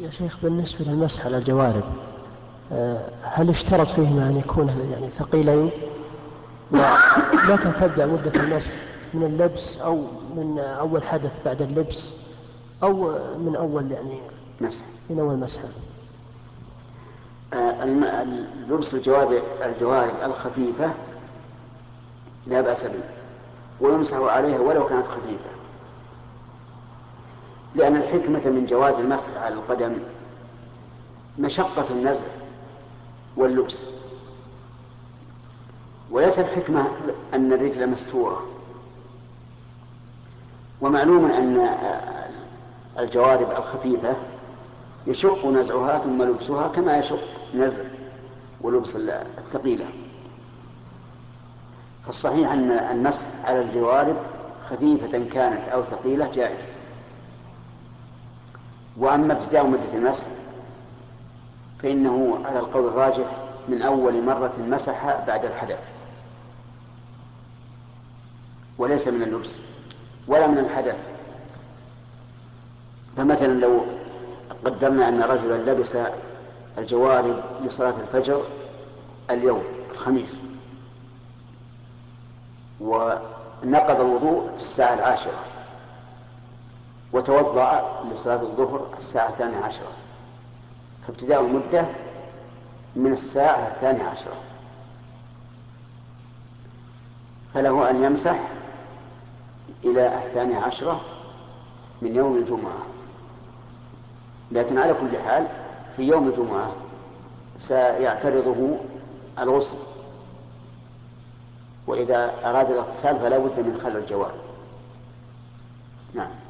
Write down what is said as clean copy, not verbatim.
يا شيخ بالنسبة للمسح على الجوارب، هل اشترط فيهما أن يكون يعني ثقيلين؟ ومتى تبدأ مدة المسح؟ من اللبس أو من أول حدث بعد اللبس أو من أول يعني مسح؟ من أول مسح. لبس الجوارب الخفيفة لا بأس به، ويمسح عليها ولو كانت خفيفة، لأن الحكمة من جواز المسح على القدم مشقة النزع واللبس، وليس الحكمة أن الرجل مستورة. ومعلوم أن الجوارب الخفيفة يشق نزعها ثم لبسها كما يشق نزع ولبس الثقيلة، فالصحيح أن المسح على الجوارب خفيفة كانت أو ثقيلة جائز. وأما ابتداء مدة المسح فإنه على القول الراجح من أول مرة مسح بعد الحدث، وليس من اللبس ولا من الحدث. فمثلا لو قدرنا أن رجلا لبس الجوارب لصلاة الفجر اليوم الخميس ونقض الوضوء في الساعة 10 وتوضأ لصلاة الظهر الساعة 12، فابتداء المدة من الساعة 12، فله أن يمسح إلى 12 من يوم الجمعة. لكن على كل حال في يوم الجمعة سيعترضه الغسل، وإذا أراد الاغتسال فلا بد من خلع الجوارب. نعم.